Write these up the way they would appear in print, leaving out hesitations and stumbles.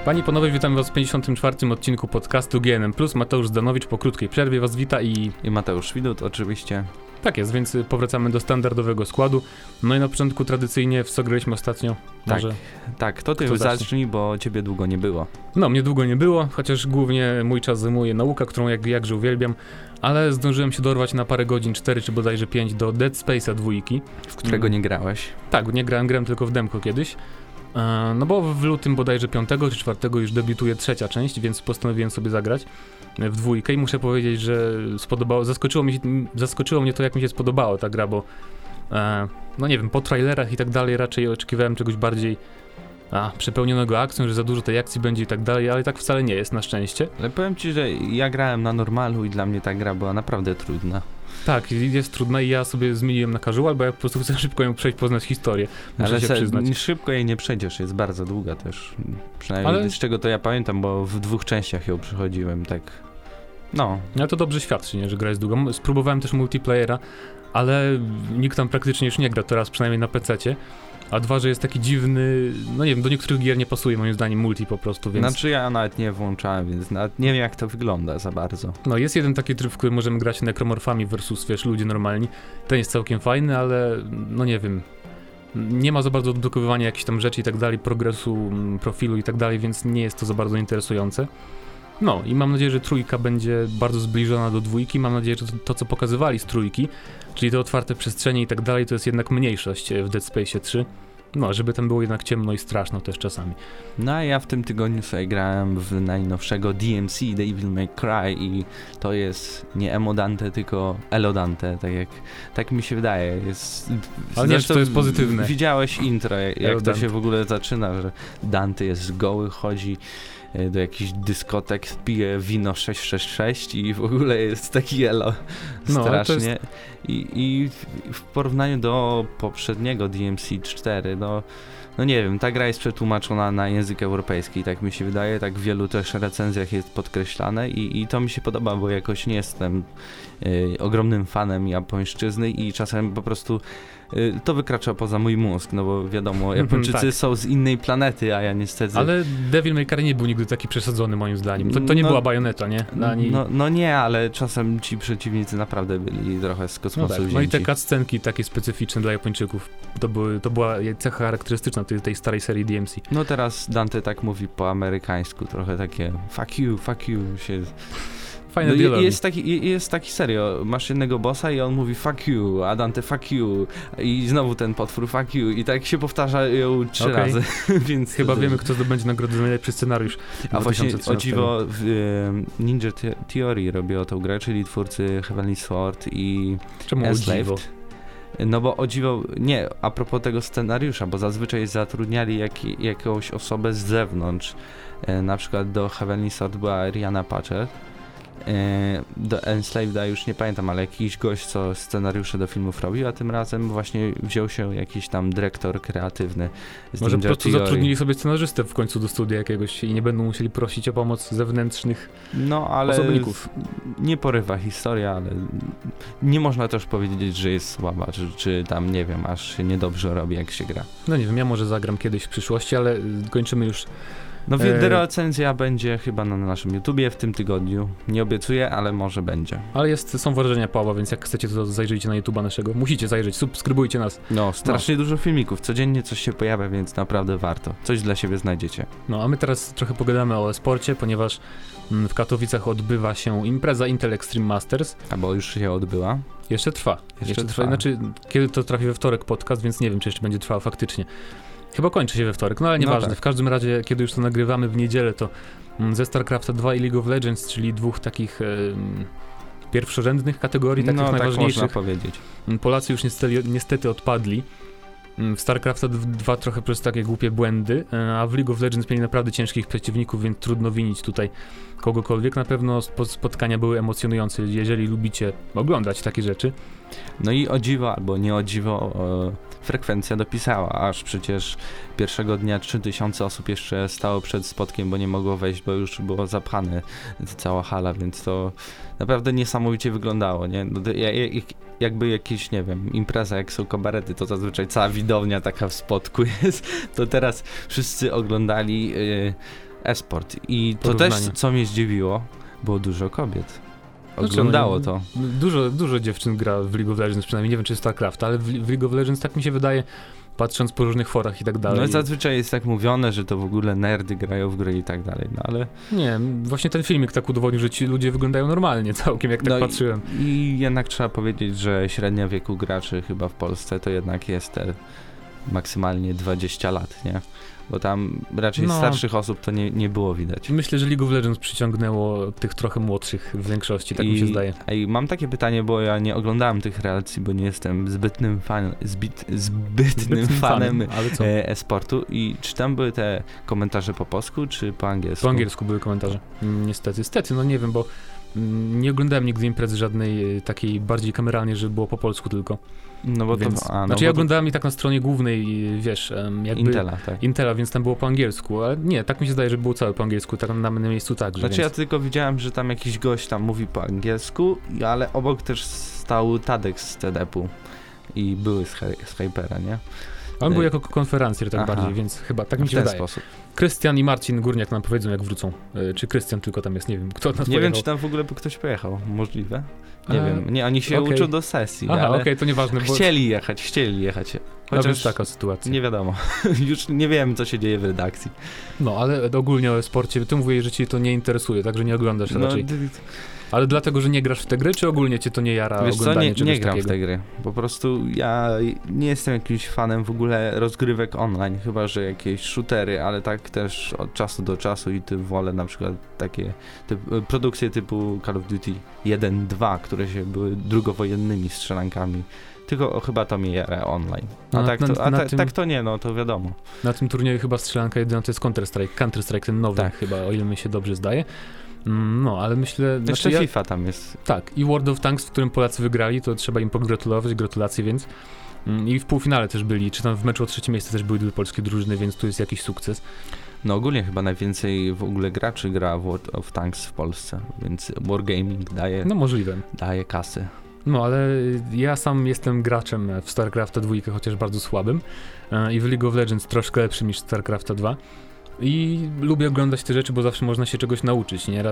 Panie i panowie, witamy was w 54. odcinku podcastu GNM+. Mateusz Zdanowicz po krótkiej przerwie was wita i Mateusz Widut oczywiście. Tak jest, więc powracamy do standardowego składu. No i na początku tradycyjnie w co graliśmy ostatnio? Może tak, to ty zacznij, bo ciebie długo nie było. No, mnie długo nie było, chociaż głównie mój czas zajmuje nauka, którą jakże uwielbiam, ale zdążyłem się dorwać na parę godzin, 4 czy bodajże 5 do Dead Space'a 2. W którego nie grałeś? Tak, nie grałem tylko w demko kiedyś. No bo w lutym bodajże 5 czy 4 już debiutuje trzecia część, więc postanowiłem sobie zagrać w 2 i muszę powiedzieć, że zaskoczyło mnie to, jak mi się spodobało ta gra, bo no nie wiem, po trailerach i tak dalej raczej oczekiwałem czegoś bardziej przepełnionego akcją, że za dużo tej akcji będzie i tak dalej, ale tak wcale nie jest, na szczęście. Ale powiem ci, że ja grałem na normalu i dla mnie ta gra była naprawdę trudna. Tak, jest trudna i ja sobie zmieniłem na casual, bo ja po prostu chcę szybko ją przejść, poznać historię. Muszę się przyznać. Szybko jej nie przejdziesz, jest bardzo długa też. Przynajmniej z czego to ja pamiętam, bo w 2 częściach ją przechodziłem, tak. No. To dobrze świadczy, nie, że gra jest długa. Spróbowałem też multiplayera, ale nikt tam praktycznie już nie gra teraz, przynajmniej na PC-cie. A dwa, że jest taki dziwny, no nie wiem, do niektórych gier nie pasuje moim zdaniem multi po prostu, więc... Znaczy ja nawet nie włączałem, więc nawet nie wiem jak to wygląda za bardzo. No jest jeden taki tryb, w którym możemy grać nekromorfami versus, wiesz, ludzie normalni. Ten jest całkiem fajny, ale no nie wiem, nie ma za bardzo odblokowywania jakichś tam rzeczy i tak dalej, progresu, profilu i tak dalej, więc nie jest to za bardzo interesujące. No i mam nadzieję, że 3 będzie bardzo zbliżona do 2, mam nadzieję, że to co pokazywali z 3, czyli te otwarte przestrzenie i tak dalej, to jest jednak mniejszość w Dead Space 3. No, żeby tam było jednak ciemno i straszno też czasami. No a ja w tym tygodniu sobie grałem w najnowszego DMC, Devil May Cry i to jest nie Emo Dante, tylko Elo Dante, tak mi się wydaje. Ale nie, to jest pozytywne. Widziałeś intro, jak to się w ogóle zaczyna, że Dante jest goły, chodzi do jakichś dyskotek, pije wino 666 i w ogóle jest taki elo strasznie. I w porównaniu do poprzedniego DMC 4, no nie wiem, ta gra jest przetłumaczona na język europejski, tak mi się wydaje, tak w wielu też recenzjach jest podkreślane i to mi się podoba, bo jakoś nie jestem ogromnym fanem japońszczyzny i czasem po prostu to wykracza poza mój mózg, no bo wiadomo, Japończycy są z innej planety, a ja niestety... Ale Devil May Cry nie był nigdy taki przesadzony moim zdaniem. To nie była Bayonetta, nie? No nie, ale czasem ci przeciwnicy naprawdę byli trochę z kosmosu wzięci. No i te cutscenki takie specyficzne dla Japończyków, to była cecha charakterystyczna tej starej serii DMC. No teraz Dante tak mówi po amerykańsku, trochę takie fuck you się... Fajne dialogi. Jest taki serio, masz jednego bossa i on mówi fuck you, a Dante fuck you i znowu ten potwór fuck you i tak się powtarzają 3 razy. Więc chyba wiemy, kto zdobędzie nagrodę za najlepszy scenariusz. A właśnie o dziwo Ninja Theory robiło tą grę, czyli twórcy Heavenly Sword i Enslaved. No bo o dziwo, nie, a propos tego scenariusza, bo zazwyczaj zatrudniali jakąś osobę z zewnątrz, na przykład do Heavenly Sword była Rihanna Patchett, do Enslaveda już nie pamiętam, ale jakiś gość, co scenariusze do filmów robił, a tym razem właśnie wziął się jakiś tam dyrektor kreatywny z Może Ninja po prostu Theory. zatrudnili sobie scenarzystę w końcu do studia jakiegoś i nie będą musieli prosić o pomoc zewnętrznych osobników. Nie porywa historia, ale nie można też powiedzieć, że jest słaba, czy tam, nie wiem, aż się niedobrze robi, jak się gra. No nie wiem, ja może zagram kiedyś w przyszłości, ale kończymy już. No recenzja będzie chyba na naszym YouTubie w tym tygodniu. Nie obiecuję, ale może będzie. Ale są wrażenia Pawła, więc jak chcecie, to zajrzyjcie na YouTube'a naszego. Musicie zajrzeć, subskrybujcie nas. No, strasznie dużo filmików. Codziennie coś się pojawia, więc naprawdę warto. Coś dla siebie znajdziecie. No, a my teraz trochę pogadamy o e-sporcie, ponieważ w Katowicach odbywa się impreza Intel Extreme Masters. Albo już się odbyła. Jeszcze trwa. Znaczy, kiedy to trafi we wtorek podcast, więc nie wiem, czy jeszcze będzie trwał faktycznie. Chyba kończy się we wtorek, no ale nieważne. No tak. W każdym razie, kiedy już to nagrywamy w niedzielę, to ze StarCrafta 2 i League of Legends, czyli 2 takich pierwszorzędnych kategorii, takich najważniejszych. Tak można powiedzieć. Polacy już niestety odpadli. W StarCrafta 2 trochę przez takie głupie błędy, a w League of Legends mieli naprawdę ciężkich przeciwników, więc trudno winić tutaj kogokolwiek. Na pewno spotkania były emocjonujące, jeżeli lubicie oglądać takie rzeczy. No i o dziwo, albo nie o dziwo, frekwencja dopisała, aż przecież pierwszego dnia 3000 osób jeszcze stało przed spotkiem, bo nie mogło wejść, bo już było zapchane cała hala, więc to naprawdę niesamowicie wyglądało, nie? No jakby jakieś, nie wiem, impreza, jak są kabarety, to zazwyczaj cała widownia taka w spotku jest, to teraz wszyscy oglądali e-sport. I to też, co mnie zdziwiło, było dużo kobiet. Oglądało to. Dużo dziewczyn gra w League of Legends, przynajmniej nie wiem, czy StarCraft, ale w League of Legends tak mi się wydaje, patrząc po różnych forach i tak dalej. No zazwyczaj jest tak mówione, że to w ogóle nerdy grają w gry i tak dalej, no ale... Nie, właśnie ten filmik tak udowodnił, że ci ludzie wyglądają normalnie całkiem, jak tak patrzyłem. I jednak trzeba powiedzieć, że średnia wieku graczy chyba w Polsce to jednak jest te maksymalnie 20 lat, nie? Bo tam raczej starszych osób to nie było widać. Myślę, że League of Legends przyciągnęło tych trochę młodszych w większości, tak mi się zdaje. I mam takie pytanie, bo ja nie oglądałem tych relacji, bo nie jestem zbytnym fanem e-sportu. I czy tam były te komentarze po polsku, czy po angielsku? Po angielsku były komentarze. Niestety, no nie wiem, bo nie oglądałem nigdy imprezy żadnej takiej bardziej kameralnie, że było po polsku tylko. No bo więc, to... znaczy ja oglądałem i tak na stronie głównej, wiesz, jakby... Intela, więc tam było po angielsku, ale nie, tak mi się zdaje, że było całe po angielsku, tak na mnie miejscu także. Znaczy ja tylko widziałem, że tam jakiś gość tam mówi po angielsku, ale obok też stał Tadek z TDP-u i były z Hypera, nie? On był jako konferencjer tak bardziej, więc chyba tak mi się wydaje. Sposób. Krystian i Marcin Górniak nam powiedzą, jak wrócą. Czy Krystian tylko tam jest, nie wiem, kto od nas Nie pojechał. wiem, czy tam w ogóle by ktoś pojechał, możliwe. Nie wiem, nie, oni się uczą do sesji, ale to nieważne, bo... Chcieli jechać. Chociaż taka sytuacja. Nie wiadomo. Już nie wiem, co się dzieje w redakcji. No, ale ogólnie o sporcie, ty mówisz, że cię to nie interesuje, także nie oglądasz raczej. Ale dlatego, że nie grasz w te gry, czy ogólnie cię to nie jara oglądanie czegoś nie gram takiego? w te gry. Po prostu ja nie jestem jakimś fanem w ogóle rozgrywek online, chyba że jakieś shootery, ale tak też od czasu do czasu i wolę na przykład takie produkcje typu Call of Duty 1-2, które się były drugowojennymi strzelankami. Tylko chyba to mnie jara online. Tak to nie, no to wiadomo. Na tym turnieju chyba strzelanka jedyna to jest Counter-Strike, ten nowy chyba, o ile mi się dobrze zdaje. No, ale myślę... Jeszcze FIFA tam jest. Tak, i World of Tanks, w którym Polacy wygrali, to trzeba im pogratulować, gratulacje więc. I w półfinale też byli, czy tam w meczu o trzecie miejsce też były dwie polskie drużyny, więc tu jest jakiś sukces. No ogólnie chyba najwięcej w ogóle graczy gra w World of Tanks w Polsce, więc Wargaming daje... No możliwe. Daje kasy. No, ale ja sam jestem graczem w StarCrafta 2, chociaż bardzo słabym i w League of Legends troszkę lepszym niż StarCrafta 2 i lubię oglądać te rzeczy, bo zawsze można się czegoś nauczyć, nie?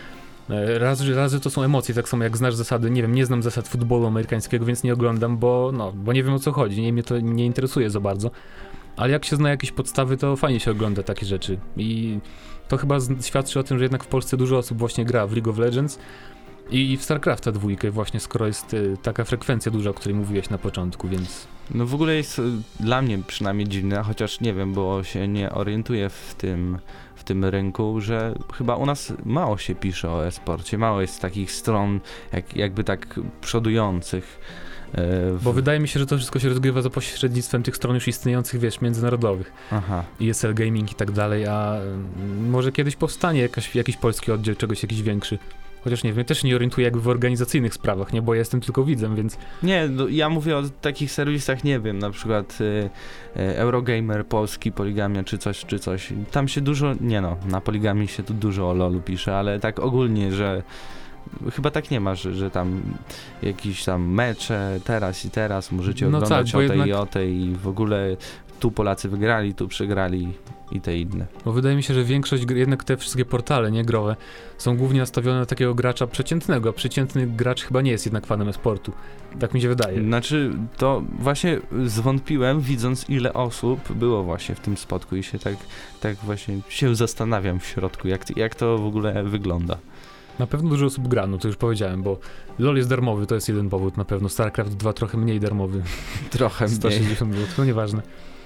Raz, że to są emocje, tak samo jak znasz zasady, nie wiem, nie znam zasad futbolu amerykańskiego, więc nie oglądam, bo nie wiem o co chodzi, mnie to nie interesuje za bardzo, ale jak się zna jakieś podstawy, to fajnie się ogląda takie rzeczy i to chyba świadczy o tym, że jednak w Polsce dużo osób właśnie gra w League of Legends i w StarCrafta 2 właśnie, skoro jest taka frekwencja duża, o której mówiłeś na początku, więc... No w ogóle jest dla mnie przynajmniej dziwne, chociaż nie wiem, bo się nie orientuję w tym rynku, że chyba u nas mało się pisze o e-sporcie, mało jest takich stron jakby tak przodujących. Bo wydaje mi się, że to wszystko się rozgrywa za pośrednictwem tych stron już istniejących, wiesz, międzynarodowych. Aha. ESL Gaming i tak dalej, a może kiedyś powstanie jakiś polski oddział czegoś, jakiś większy. Chociaż nie wiem, ja też nie orientuję jakby w organizacyjnych sprawach, nie, bo ja jestem tylko widzem, więc... Nie, ja mówię o takich serwisach, nie wiem, na przykład Eurogamer, Polski, Poligamia czy coś. Tam się dużo, na Poligamii się tu dużo o LoLu pisze, ale tak ogólnie, że chyba tak nie ma, że tam jakieś tam mecze teraz możecie oglądać o tej i w ogóle tu Polacy wygrali, tu przegrali i te inne. Bo wydaje mi się, że większość, jednak te wszystkie portale, nie, growe, są głównie nastawione na takiego gracza przeciętnego, a przeciętny gracz chyba nie jest jednak fanem e-sportu. Tak mi się wydaje. Znaczy, to właśnie zwątpiłem, widząc ile osób było właśnie w tym spotku i się tak właśnie się zastanawiam w środku, jak to w ogóle wygląda. Na pewno dużo osób gra, no to już powiedziałem, bo LoL jest darmowy, to jest jeden powód na pewno. StarCraft 2 trochę mniej darmowy. Trochę mniej. 160 zł, no nieważne.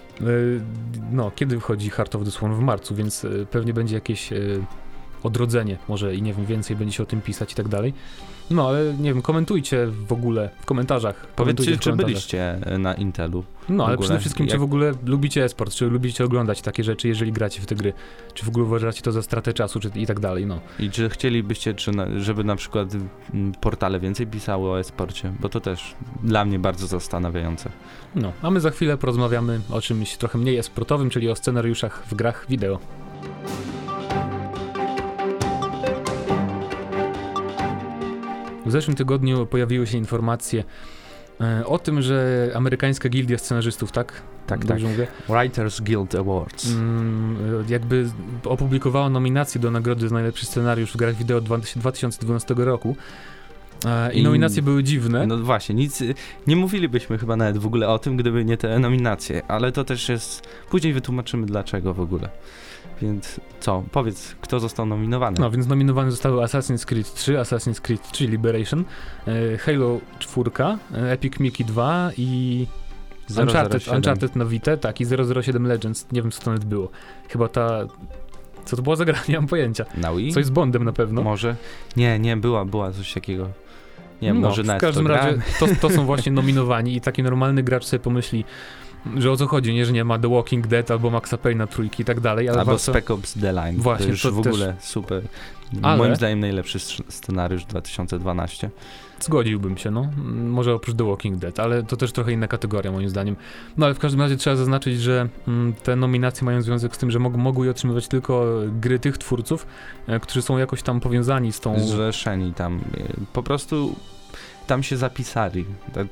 No, kiedy wychodzi Heart of the Swarm? W marcu, więc pewnie będzie jakieś odrodzenie, może i nie wiem, więcej będzie się o tym pisać i tak dalej. No, ale nie wiem, komentujcie w ogóle w komentarzach. Powiedzcie, czy byliście na Intelu. No, ale przede wszystkim, czy w ogóle lubicie e-sport, czy lubicie oglądać takie rzeczy, jeżeli gracie w te gry, czy w ogóle uważacie to za stratę czasu, i tak dalej, no. I czy chcielibyście, żeby na przykład portale więcej pisały o e-sporcie, bo to też dla mnie bardzo zastanawiające. No, a my za chwilę porozmawiamy o czymś trochę mniej e-sportowym, czyli o scenariuszach w grach wideo. W zeszłym tygodniu pojawiły się informacje O tym, że amerykańska gildia scenarzystów, tak? Tak. Mówię? Writers Guild Awards. Jakby opublikowała nominację do nagrody za najlepszy scenariusz w grach wideo 2012 roku. I nominacje były dziwne. No właśnie, nie mówilibyśmy chyba nawet w ogóle o tym, gdyby nie te nominacje, ale to też jest... Później wytłumaczymy dlaczego w ogóle. Więc co? Powiedz, kto został nominowany? No, więc nominowane zostały Assassin's Creed 3, Assassin's Creed 3 Liberation, Halo 4, Epic Mickey 2 i Uncharted na Vita, tak, i 007 Legends. Nie wiem, co to nawet było. Chyba co to było za gra? Nie mam pojęcia. Na Wii? Coś z Bondem na pewno. Może. Nie, była coś takiego. Nie, może nawet w każdym razie to są właśnie nominowani i taki normalny gracz sobie pomyśli, że o co chodzi, nie, że nie ma The Walking Dead albo Maxa Payne'a trójki i tak dalej. Albo Spec Ops The Line. Właśnie, to już w ogóle super. Moim zdaniem najlepszy scenariusz 2012. Zgodziłbym się, no. Może oprócz The Walking Dead, ale to też trochę inna kategoria moim zdaniem. No ale w każdym razie trzeba zaznaczyć, że te nominacje mają związek z tym, że mogły je otrzymywać tylko gry tych twórców, którzy są jakoś tam powiązani z tą... Zrzeszeni tam. Po prostu tam się zapisali.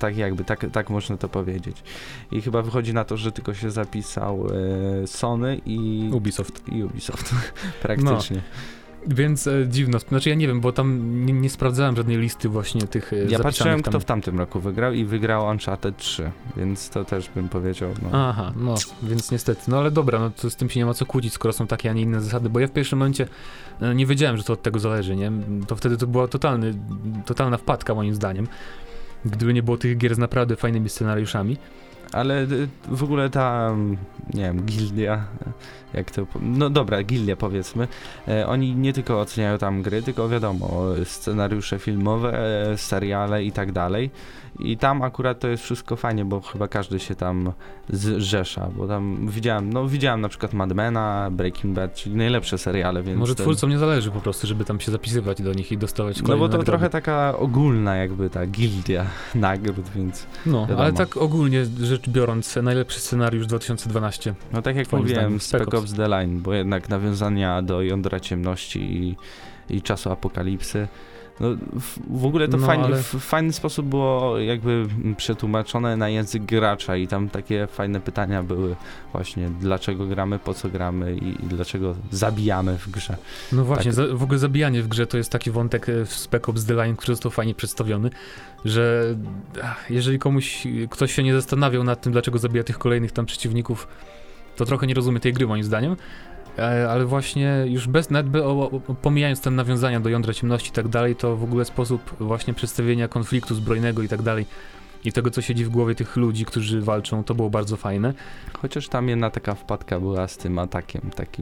Tak można to powiedzieć. I chyba wychodzi na to, że tylko się zapisał Sony i Ubisoft. Praktycznie. No. Więc dziwno, znaczy ja nie wiem, bo tam nie sprawdzałem żadnej listy właśnie tych Ja patrzyłem, kto w tamtym roku wygrał i wygrał Uncharted 3, więc to też bym powiedział. No. Aha, no, więc niestety, no ale dobra, no to z tym się nie ma co kłócić, skoro są takie, a nie inne zasady, bo ja w pierwszym momencie nie wiedziałem, że to od tego zależy, nie? To wtedy to była totalna wpadka moim zdaniem, gdyby nie było tych gier z naprawdę fajnymi scenariuszami. Ale w ogóle ta, nie wiem, gildia, jak to... No dobra, gildia powiedzmy. Oni nie tylko oceniają tam gry, tylko wiadomo, scenariusze filmowe, seriale i tak dalej. I tam akurat to jest wszystko fajnie, bo chyba każdy się tam zrzesza, bo tam widziałem na przykład Mad Mena, Breaking Bad, czyli najlepsze seriale, więc... Może twórcom nie zależy po prostu, żeby tam się zapisywać do nich i dostawać kolejne No bo to nagrody. trochę taka ogólna jakby ta gildia nagród, więc... No, wiadomo. Ale tak ogólnie rzecz biorąc, najlepszy scenariusz 2012. No tak jak mówiłem, Spec Ops The Line, bo jednak nawiązania do jądra ciemności i czasu apokalipsy. No, w ogóle to w fajny sposób było jakby przetłumaczone na język gracza i tam takie fajne pytania były właśnie, dlaczego gramy, po co gramy i dlaczego zabijamy w grze. No właśnie, tak. W ogóle zabijanie w grze to jest taki wątek w Spec Ops The Line, który został fajnie przedstawiony, że jeżeli ktoś się nie zastanawiał nad tym, dlaczego zabija tych kolejnych tam przeciwników, to trochę nie rozumie tej gry moim zdaniem. Ale właśnie już pomijając te nawiązania do jądra ciemności i tak dalej, to w ogóle sposób właśnie przedstawienia konfliktu zbrojnego i tak dalej i tego, co siedzi w głowie tych ludzi, którzy walczą, to było bardzo fajne. Chociaż tam jedna taka wpadka była z tym atakiem takim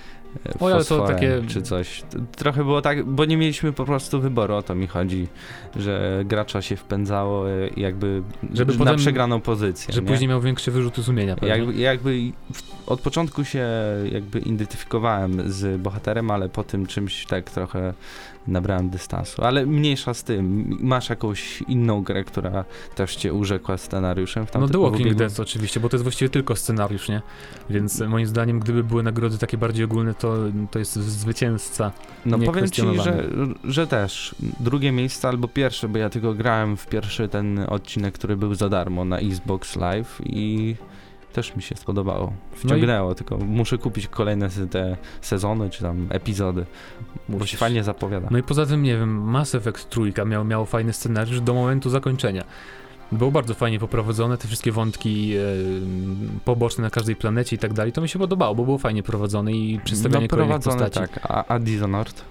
ale to takie... czy coś. Trochę było tak, bo nie mieliśmy po prostu wyboru, o to mi chodzi, że gracza się wpędzało jakby żeby na potem, przegraną pozycję. Że później miał większe wyrzuty sumienia. Jakby od początku się jakby identyfikowałem z bohaterem, ale po tym czymś tak trochę nabrałem dystansu. Ale mniejsza z tym. Masz jakąś inną grę, która też cię urzekła scenariuszem? No The Walking Dead oczywiście, bo to jest właściwie tylko scenariusz, nie? Więc moim zdaniem, gdyby były nagrody takie bardziej ogólne, to jest zwycięzca. No powiem ci, że też drugie miejsce albo pierwsze, bo ja tylko grałem w pierwszy ten odcinek, który był za darmo na Xbox Live i też mi się spodobało. Wciągnęło, tylko muszę kupić kolejne te sezony, czy tam epizody, bo się fajnie zapowiada. No i poza tym, nie wiem, Mass Effect 3 miał fajny scenariusz do momentu zakończenia. Było bardzo fajnie poprowadzone, te wszystkie wątki poboczne na każdej planecie i tak dalej. To mi się podobało, bo było fajnie prowadzone i przedstawianie kolejnych postaci. Tak, a Dishonored?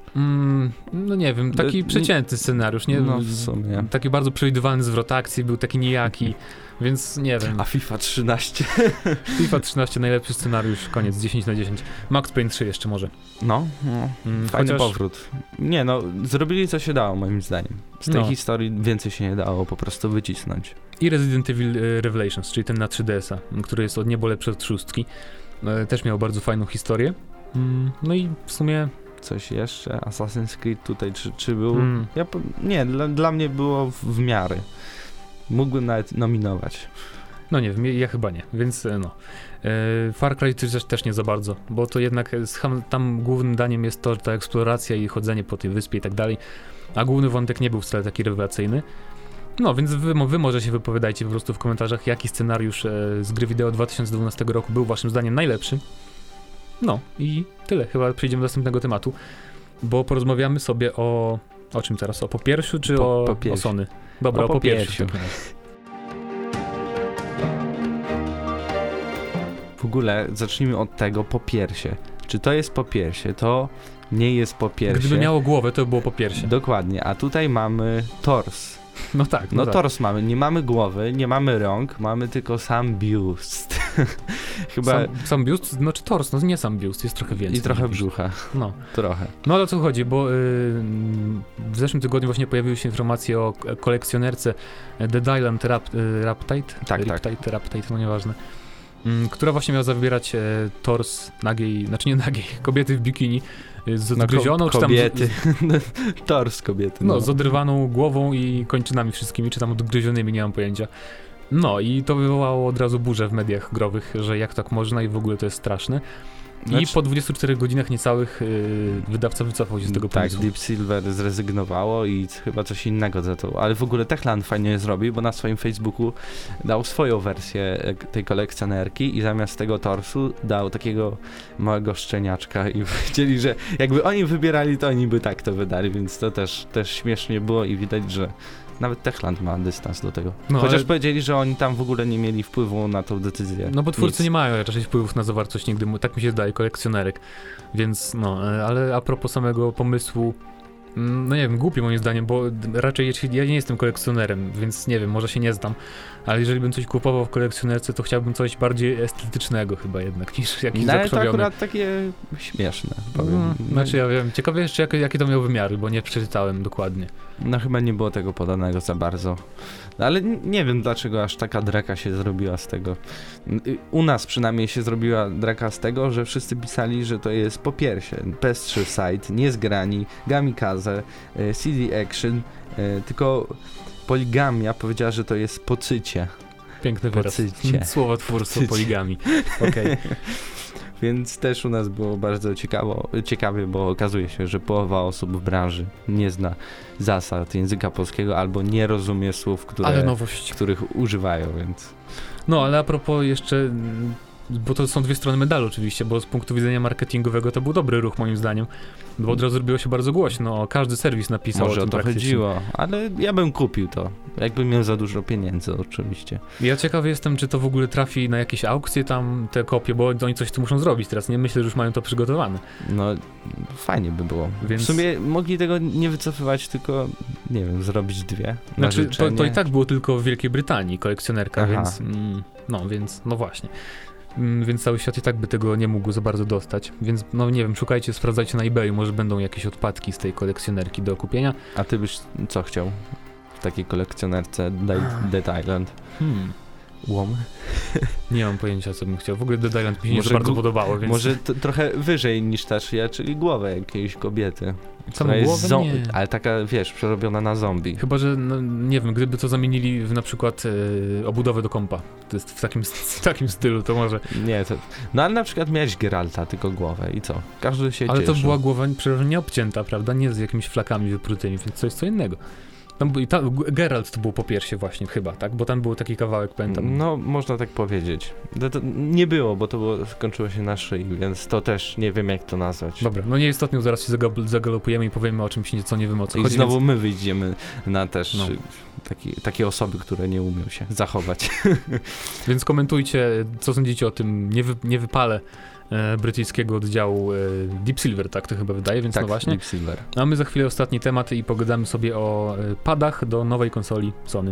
No nie wiem, taki przeciętny scenariusz, nie? No w sumie. Taki bardzo przewidywalny zwrot akcji, był taki nijaki, więc nie wiem. A FIFA 13? FIFA 13 najlepszy scenariusz, koniec, 10 na 10. Max Payne 3 jeszcze może. No, fajny powrót. Nie no, zrobili co się dało moim zdaniem. Z tej historii więcej się nie dało po prostu wycisnąć. I Resident Evil Revelations, czyli ten na 3DS-a, który jest od niebo lepszy od 6. Też miał bardzo fajną historię. No i w sumie... Coś jeszcze? Assassin's Creed tutaj, czy był? Nie, dla mnie było w miarę. Mógłbym nawet nominować. No nie wiem, ja chyba nie, więc no. Far Cry też nie za bardzo, bo to jednak tam głównym daniem jest to, ta eksploracja i chodzenie po tej wyspie i tak dalej, a główny wątek nie był wcale taki rewelacyjny. No, więc wy może się wypowiadajcie po prostu w komentarzach, jaki scenariusz z gry wideo 2012 roku był waszym zdaniem najlepszy. No i tyle, chyba przejdziemy do następnego tematu, bo porozmawiamy sobie o czym teraz? O popierszu czy o Sony? Dobra, o popierszu. W ogóle zacznijmy od tego popiersie. Czy to jest popiersie? To nie jest popiersie. Gdyby miało głowę, to by było popiersie. Dokładnie, a tutaj mamy tors. No tak. No tors mamy, nie mamy głowy, nie mamy rąk, mamy tylko sam biust. Chyba... Sam biust? Znaczy tors, no nie sam biust, jest trochę więcej. I trochę brzucha. No. Trochę. No ale o co chodzi, bo w zeszłym tygodniu właśnie pojawiły się informacje o kolekcjonerce Dead Island Riptide? Tak. Riptide, no nieważne. Która właśnie miała zabierać tors nagiej, znaczy nie nagiej, kobiety w bikini z odgryzioną, czy tam... Tors kobiety. No, z odrywaną głową i kończynami wszystkimi, czy tam odgryzionymi, nie mam pojęcia. No i to wywołało od razu burzę w mediach growych, że jak tak można i w ogóle to jest straszne. I po 24 godzinach niecałych wydawca wycofał się z tego pomysłu. Tak, Deep Silver zrezygnowało i chyba coś innego za to. Ale w ogóle Techland fajnie zrobił, bo na swoim Facebooku dał swoją wersję tej kolekcjonerki i zamiast tego torsu dał takiego małego szczeniaczka i powiedzieli, że jakby oni wybierali, to oni by tak to wydali, więc to też śmiesznie było i widać, że nawet Techland ma dystans do tego. No, chociaż powiedzieli, że oni tam w ogóle nie mieli wpływu na tą decyzję. No bo twórcy nie mają raczej wpływów na zawartość nigdy, tak mi się zdaje, kolekcjonerek. Więc no, ale a propos samego pomysłu, no nie wiem, głupi moim zdaniem, bo raczej ja nie jestem kolekcjonerem, więc nie wiem, może się nie znam, ale jeżeli bym coś kupował w kolekcjonerce, to chciałbym coś bardziej estetycznego chyba jednak, niż jakiś zakrwawiony. Ale to akurat takie śmieszne, powiem. Znaczy ja wiem, ciekawe jeszcze jakie to miało wymiary, bo nie przeczytałem dokładnie. No chyba nie było tego podanego za bardzo. No, ale nie wiem dlaczego aż taka draka się zrobiła z tego. U nas przynajmniej się zrobiła draka z tego, że wszyscy pisali, że to jest popiersie. PS3 site, niezgrani, gamikaze, CD Action, tylko Poligamia powiedziała, że to jest pocycie. Piękny wyraz. Słowotwórstwo poligami. Okej. Więc też u nas było bardzo ciekawie, bo okazuje się, że połowa osób w branży nie zna zasad języka polskiego albo nie rozumie słów, których używają, więc... No, ale a propos jeszcze, bo to są dwie strony medalu oczywiście, bo z punktu widzenia marketingowego to był dobry ruch moim zdaniem, bo od razu zrobiło się bardzo głośno, każdy serwis napisał może o tym praktycznie. Chodziło, ale ja bym kupił to, jakbym miał za dużo pieniędzy oczywiście. Ja ciekawy jestem, czy to w ogóle trafi na jakieś aukcje tam, te kopie, bo oni coś tu muszą zrobić teraz, nie myślę, że już mają to przygotowane. No, fajnie by było. Więc... W sumie mogli tego nie wycofywać, tylko, nie wiem, zrobić dwie. Znaczy, to i tak było tylko w Wielkiej Brytanii, kolekcjonerka, więc no właśnie. Więc cały świat i tak by tego nie mógł za bardzo dostać, więc no nie wiem, szukajcie, sprawdzajcie na eBayu, może będą jakieś odpadki z tej kolekcjonerki do kupienia. A ty byś co chciał w takiej kolekcjonerce Dead Island? Łom? Nie mam pojęcia, co bym chciał. W ogóle Dead Island mi się nie bardzo podobało, więc... Może trochę wyżej niż ta szyja, czyli głowę jakiejś kobiety. Samą głowę? Nie. Ale taka, wiesz, przerobiona na zombie. Chyba, że, no, nie wiem, gdyby to zamienili w na przykład obudowę do kompa. To jest w takim stylu, to może... Nie, to... No ale na przykład miałeś Geralta, tylko głowę i co? Każdy się ale cieszył. To była głowa nie obcięta, prawda? Nie z jakimiś flakami wyprutymi, więc to jest co innego. Geralt to był po piersie właśnie chyba, tak? Bo tam był taki kawałek, pamiętam. No, można tak powiedzieć. To nie było, bo skończyło się na szyi, więc to też nie wiem, jak to nazwać. Dobra, no nieistotnie, zaraz się zagalopujemy i powiemy o czymś, co nie wiem o co chodzi. I znowu my wyjdziemy na też takie osoby, które nie umią się zachować. Więc komentujcie, co sądzicie o tym niewypale brytyjskiego oddziału Deep Silver, tak to chyba wydaje, więc tak, no właśnie. Deep Silver. A my za chwilę ostatni temat i pogadamy sobie o padach do nowej konsoli Sony.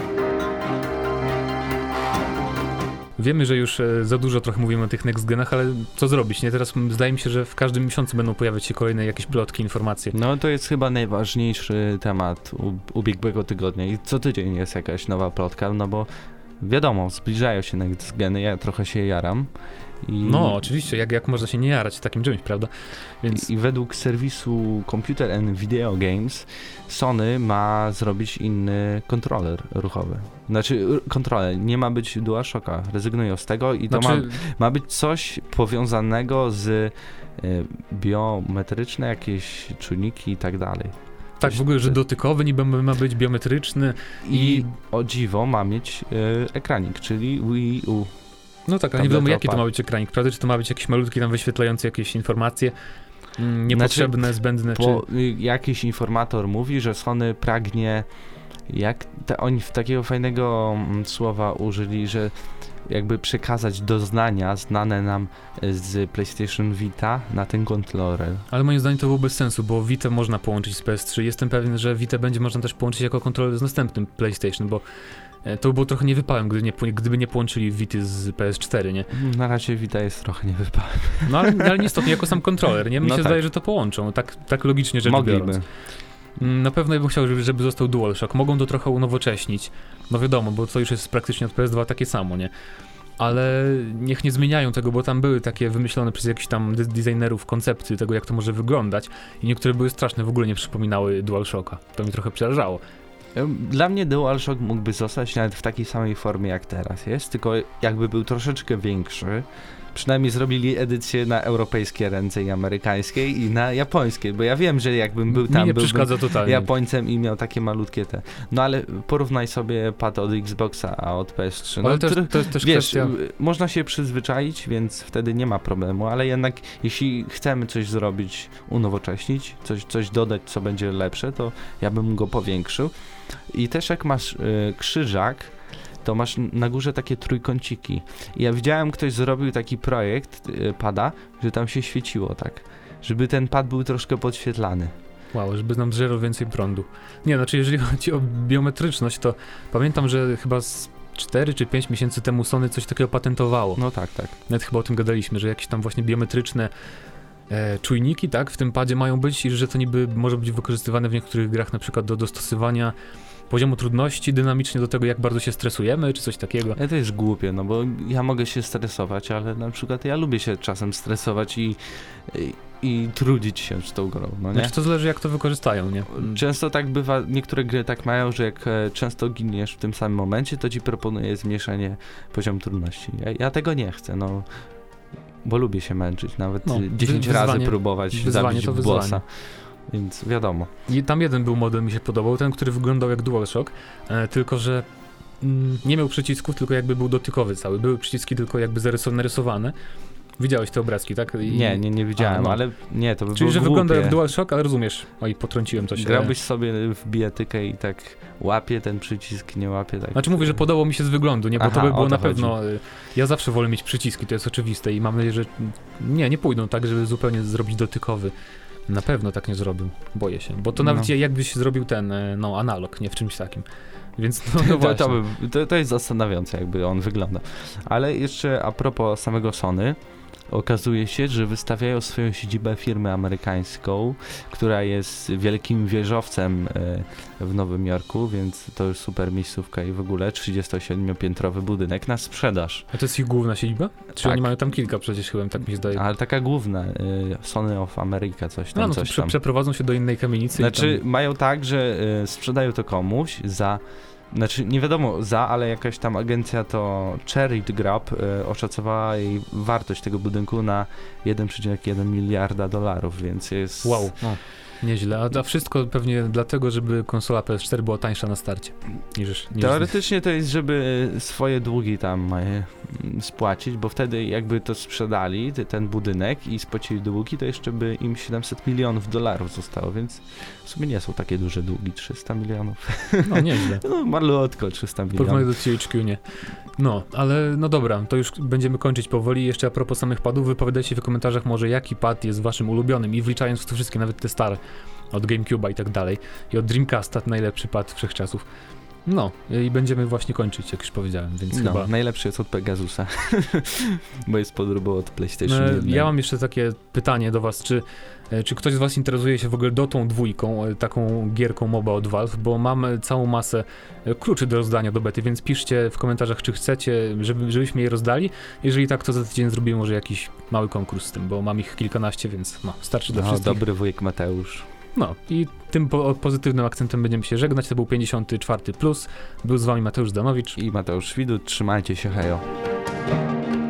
Wiemy, że już za dużo trochę mówimy o tych next genach, ale co zrobić, nie? Teraz zdaje mi się, że w każdym miesiącu będą pojawiać się kolejne jakieś plotki, informacje. No to jest chyba najważniejszy temat ubiegłego tygodnia i co tydzień jest jakaś nowa plotka, no bo wiadomo, zbliżają się next geny, ja trochę się jaram. No, oczywiście, jak można się nie jarać takim czymś, prawda? Więc... I według serwisu Computer and Video Games Sony ma zrobić inny kontroler ruchowy. Znaczy, kontroler, nie ma być DualShocka, rezygnują z tego i to ma być coś powiązanego z biometryczne jakieś czujniki i tak dalej. Tak, w ogóle, że dotykowy niby ma być, biometryczny. I o dziwo ma mieć ekranik, czyli Wii U. No tak, ale nie wiadomo jaki to ma być ekranik, prawda? Czy to ma być jakiś malutki tam wyświetlający jakieś informacje niepotrzebne, zbędne, jakiś informator mówi, że Sony pragnie, oni takiego fajnego słowa użyli, że jakby przekazać doznania znane nam z PlayStation Vita na ten kontroler. Ale moim zdaniem to było bez sensu, bo Vita można połączyć z PS3. Jestem pewien, że Vita będzie można też połączyć jako kontroler z następnym PlayStation, bo to by było trochę niewypałem, gdyby nie połączyli Vity z PS4, nie? Na razie Vita jest trochę niewypałem. No ale niestety jako sam kontroler, nie? Mi się zdaje, że to połączą, tak logicznie rzecz biorąc. Na pewno ja bym chciał, żeby został DualShock. Mogą to trochę unowocześnić. No wiadomo, bo to już jest praktycznie od PS2 takie samo, nie? Ale niech nie zmieniają tego, bo tam były takie wymyślone przez jakichś tam designerów koncepty tego, jak to może wyglądać i niektóre były straszne, w ogóle nie przypominały DualShocka. To mi trochę przerażało. Dla mnie DualShock mógłby zostać nawet w takiej samej formie jak teraz jest, tylko jakby był troszeczkę większy. Przynajmniej zrobili edycję na europejskie ręce i amerykańskie i na japońskie, bo ja wiem, że jakbym był tam, byłbym Japońcem i miał takie malutkie te. No ale porównaj sobie pad od Xboxa, a od PS3. No, ale to jest też wiesz, kwestia... można się przyzwyczaić, więc wtedy nie ma problemu, ale jednak jeśli chcemy coś zrobić, unowocześnić, coś dodać, co będzie lepsze, to ja bym go powiększył. I też jak masz krzyżak, to masz na górze takie trójkąciki. I ja widziałem, ktoś zrobił taki projekt pada, że tam się świeciło tak, żeby ten pad był troszkę podświetlany. Wow, żeby nam zżerał więcej prądu. Nie, znaczy jeżeli chodzi o biometryczność, to pamiętam, że chyba z 4 czy 5 miesięcy temu Sony coś takiego patentowało. No tak. Nawet chyba o tym gadaliśmy, że jakieś tam właśnie biometryczne czujniki, tak, w tym padzie mają być i że to niby może być wykorzystywane w niektórych grach na przykład do dostosowania poziomu trudności dynamicznie do tego, jak bardzo się stresujemy, czy coś takiego. To jest głupie, no bo ja mogę się stresować, ale na przykład ja lubię się czasem stresować i trudzić się z tą grą, no nie? Znaczy to zależy, jak to wykorzystają, nie? Często tak bywa, niektóre gry tak mają, że jak często giniesz w tym samym momencie, to ci proponuje zmniejszenie poziomu trudności. Ja tego nie chcę, no. Bo lubię się męczyć, nawet 10 razy próbować zabić bossa. Więc wiadomo. I tam jeden był model, mi się podobał, ten, który wyglądał jak DualShock, tylko że nie miał przycisków, tylko jakby był dotykowy cały. Były przyciski tylko jakby narysowane. Widziałeś te obrazki, tak? Nie widziałem, ale nie, to by Czyli, było że głupie. wygląda jak DualShock, ale rozumiesz. Oj, potrąciłem coś. Grałbyś sobie w bijatykę i tak łapie ten przycisk, nie łapie tak. Znaczy mówię, że podobało mi się z wyglądu, nie? Bo to by było na pewno... Ja zawsze wolę mieć przyciski, to jest oczywiste i mam nadzieję, że nie pójdą tak, żeby zupełnie zrobić dotykowy. Na pewno tak nie zrobił, boję się, bo to nawet jakbyś zrobił ten, analog, nie w czymś takim, więc no właśnie. To jest zastanawiające, jakby on wygląda. Ale jeszcze a propos samego Sony, okazuje się, że wystawiają swoją siedzibę firmę amerykańską, która jest wielkim wieżowcem w Nowym Jorku, więc to już super miejscówka i w ogóle 37-piętrowy budynek na sprzedaż. A to jest ich główna siedziba? Czy oni mają tam kilka przecież chyba, tak mi się zdaje. Ale taka główna, Sony of America, coś tam. Przeprowadzą się do innej kamienicy. Znaczy mają tak, że sprzedają to komuś za... Znaczy nie wiadomo ale jakaś tam agencja to Charity Group oszacowała jej wartość tego budynku na $1,1 miliarda, więc jest... Wow, nieźle. A wszystko pewnie dlatego, żeby konsola PS4 była tańsza na starcie. Niż teoretycznie to jest, żeby swoje długi tam spłacić, bo wtedy jakby to sprzedali, ten budynek i spłacili długi, to jeszcze by im $700 milionów zostało, więc w sumie nie są takie duże długi, 300 milionów. No nieźle. No malutko, 300 milionów. Porównanie do THQ nie. No, ale no dobra, to już będziemy kończyć powoli. Jeszcze a propos samych padów, wypowiadajcie w komentarzach może jaki pad jest waszym ulubionym i wliczając w to wszystkie, nawet te stare, od GameCube'a i tak dalej. I od Dreamcasta najlepszy pad wszechczasów. No, i będziemy właśnie kończyć, jak już powiedziałem, więc chyba... najlepszy jest od Pegasusa, bo jest podróbą od PlayStation 1. Ja mam jeszcze takie pytanie do was, czy ktoś z was interesuje się w ogóle Dotą 2, taką gierką MOBA od Valve, bo mam całą masę kluczy do rozdania do bety, więc piszcie w komentarzach, czy chcecie, żebyśmy je rozdali. Jeżeli tak, to za tydzień zrobimy może jakiś mały konkurs z tym, bo mam ich kilkanaście, więc starczy dla wszystkich. Dobry wujek Mateusz. No i tym pozytywnym akcentem będziemy się żegnać. To był 54+. Był z wami Mateusz Zdanowicz i Mateusz Widut. Trzymajcie się, hejo.